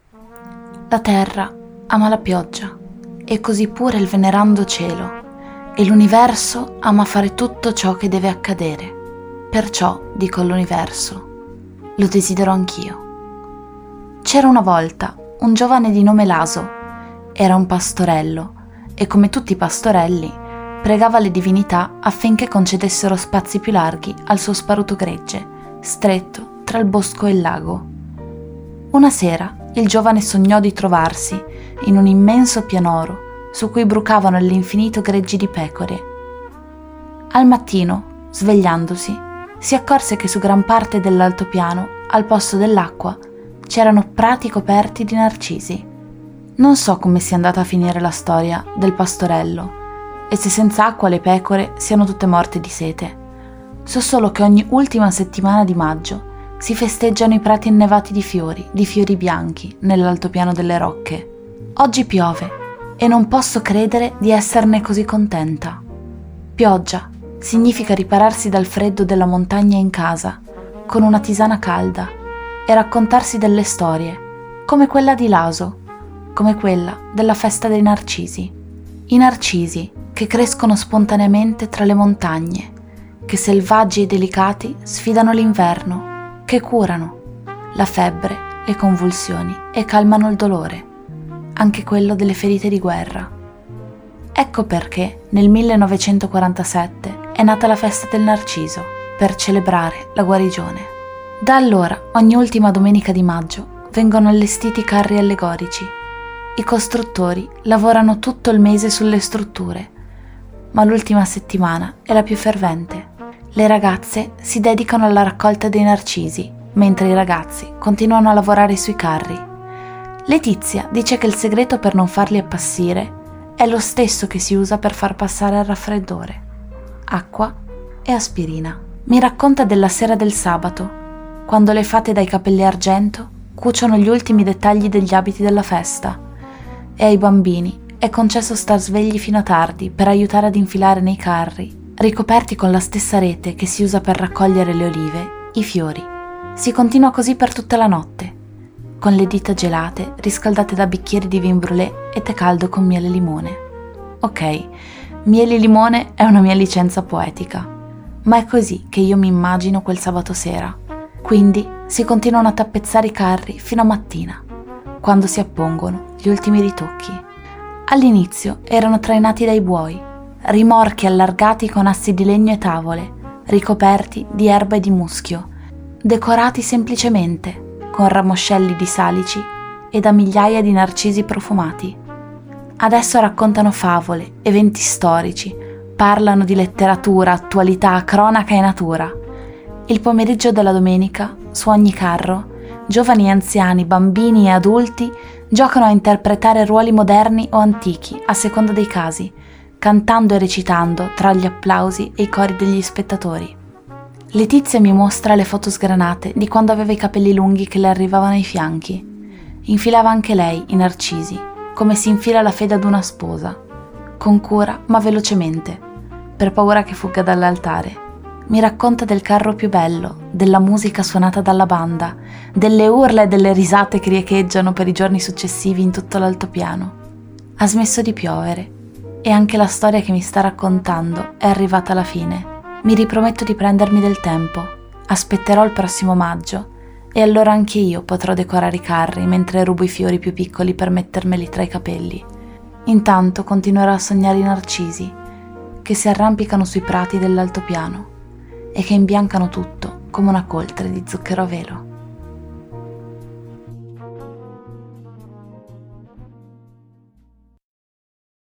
La terra ama la pioggia, e così pure il venerando cielo, e l'universo ama fare tutto ciò che deve accadere. Perciò dico all'universo: lo desidero anch'io. C'era una volta un giovane di nome Laso. Era un pastorello e, come tutti i pastorelli, pregava le divinità affinché concedessero spazi più larghi al suo sparuto gregge, stretto tra il bosco e il lago. Una sera il giovane sognò di trovarsi in un immenso pianoro su cui brucavano all'infinito greggi di pecore. Al mattino, svegliandosi, si accorse che su gran parte dell'altopiano, al posto dell'acqua, c'erano prati coperti di narcisi. Non so come sia andata a finire la storia del pastorello e se senza acqua le pecore siano tutte morte di sete. So solo che ogni ultima settimana di maggio si festeggiano i prati innevati di fiori bianchi, nell'altopiano delle Rocche. Oggi piove e non posso credere di esserne così contenta. Pioggia significa ripararsi dal freddo della montagna in casa, con una tisana calda, e raccontarsi delle storie, come quella di Laso, come quella della festa dei narcisi. I narcisi che crescono spontaneamente tra le montagne, che selvaggi e delicati sfidano l'inverno, che curano la febbre, le convulsioni e calmano il dolore, anche quello delle ferite di guerra. Ecco perché nel 1947 è nata la festa del Narciso, per celebrare la guarigione. Da allora, ogni ultima domenica di maggio, vengono allestiti carri allegorici. I costruttori lavorano tutto il mese sulle strutture, ma l'ultima settimana è la più fervente. Le ragazze si dedicano alla raccolta dei narcisi, mentre i ragazzi continuano a lavorare sui carri. Letizia dice che il segreto per non farli appassire è lo stesso che si usa per far passare il raffreddore: acqua e aspirina. Mi racconta della sera del sabato, quando le fate dai capelli argento cuciono gli ultimi dettagli degli abiti della festa, e ai bambini è concesso star svegli fino a tardi per aiutare ad infilare nei carri, ricoperti con la stessa rete che si usa per raccogliere le olive, i fiori. Si continua così per tutta la notte, con le dita gelate riscaldate da bicchieri di vin brûlé e tè caldo con miele e limone. Ok, miele e limone è una mia licenza poetica, ma è così che io mi immagino quel sabato sera. Quindi si continuano a tappezzare i carri fino a mattina, quando si appongono gli ultimi ritocchi. All'inizio erano trainati dai buoi, rimorchi allargati con assi di legno e tavole, ricoperti di erba e di muschio, decorati semplicemente con ramoscelli di salici e da migliaia di narcisi profumati. Adesso raccontano favole, eventi storici, parlano di letteratura, attualità, cronaca e natura. Il pomeriggio della domenica, su ogni carro, giovani e anziani, bambini e adulti giocano a interpretare ruoli moderni o antichi, a seconda dei casi, cantando e recitando tra gli applausi e i cori degli spettatori. Letizia mi mostra le foto sgranate di quando aveva i capelli lunghi che le arrivavano ai fianchi. Infilava anche lei i narcisi, come si infila la fede ad una sposa, con cura ma velocemente, per paura che fugga dall'altare. Mi racconta del carro più bello, della musica suonata dalla banda, delle urla e delle risate che riecheggiano per i giorni successivi in tutto l'altopiano. Ha smesso di piovere e anche la storia che mi sta raccontando è arrivata alla fine. Mi riprometto di prendermi del tempo, aspetterò il prossimo maggio e allora anche io potrò decorare i carri mentre rubo i fiori più piccoli per mettermeli tra i capelli. Intanto continuerò a sognare i narcisi che si arrampicano sui prati dell'altopiano e che imbiancano tutto come una coltre di zucchero a velo.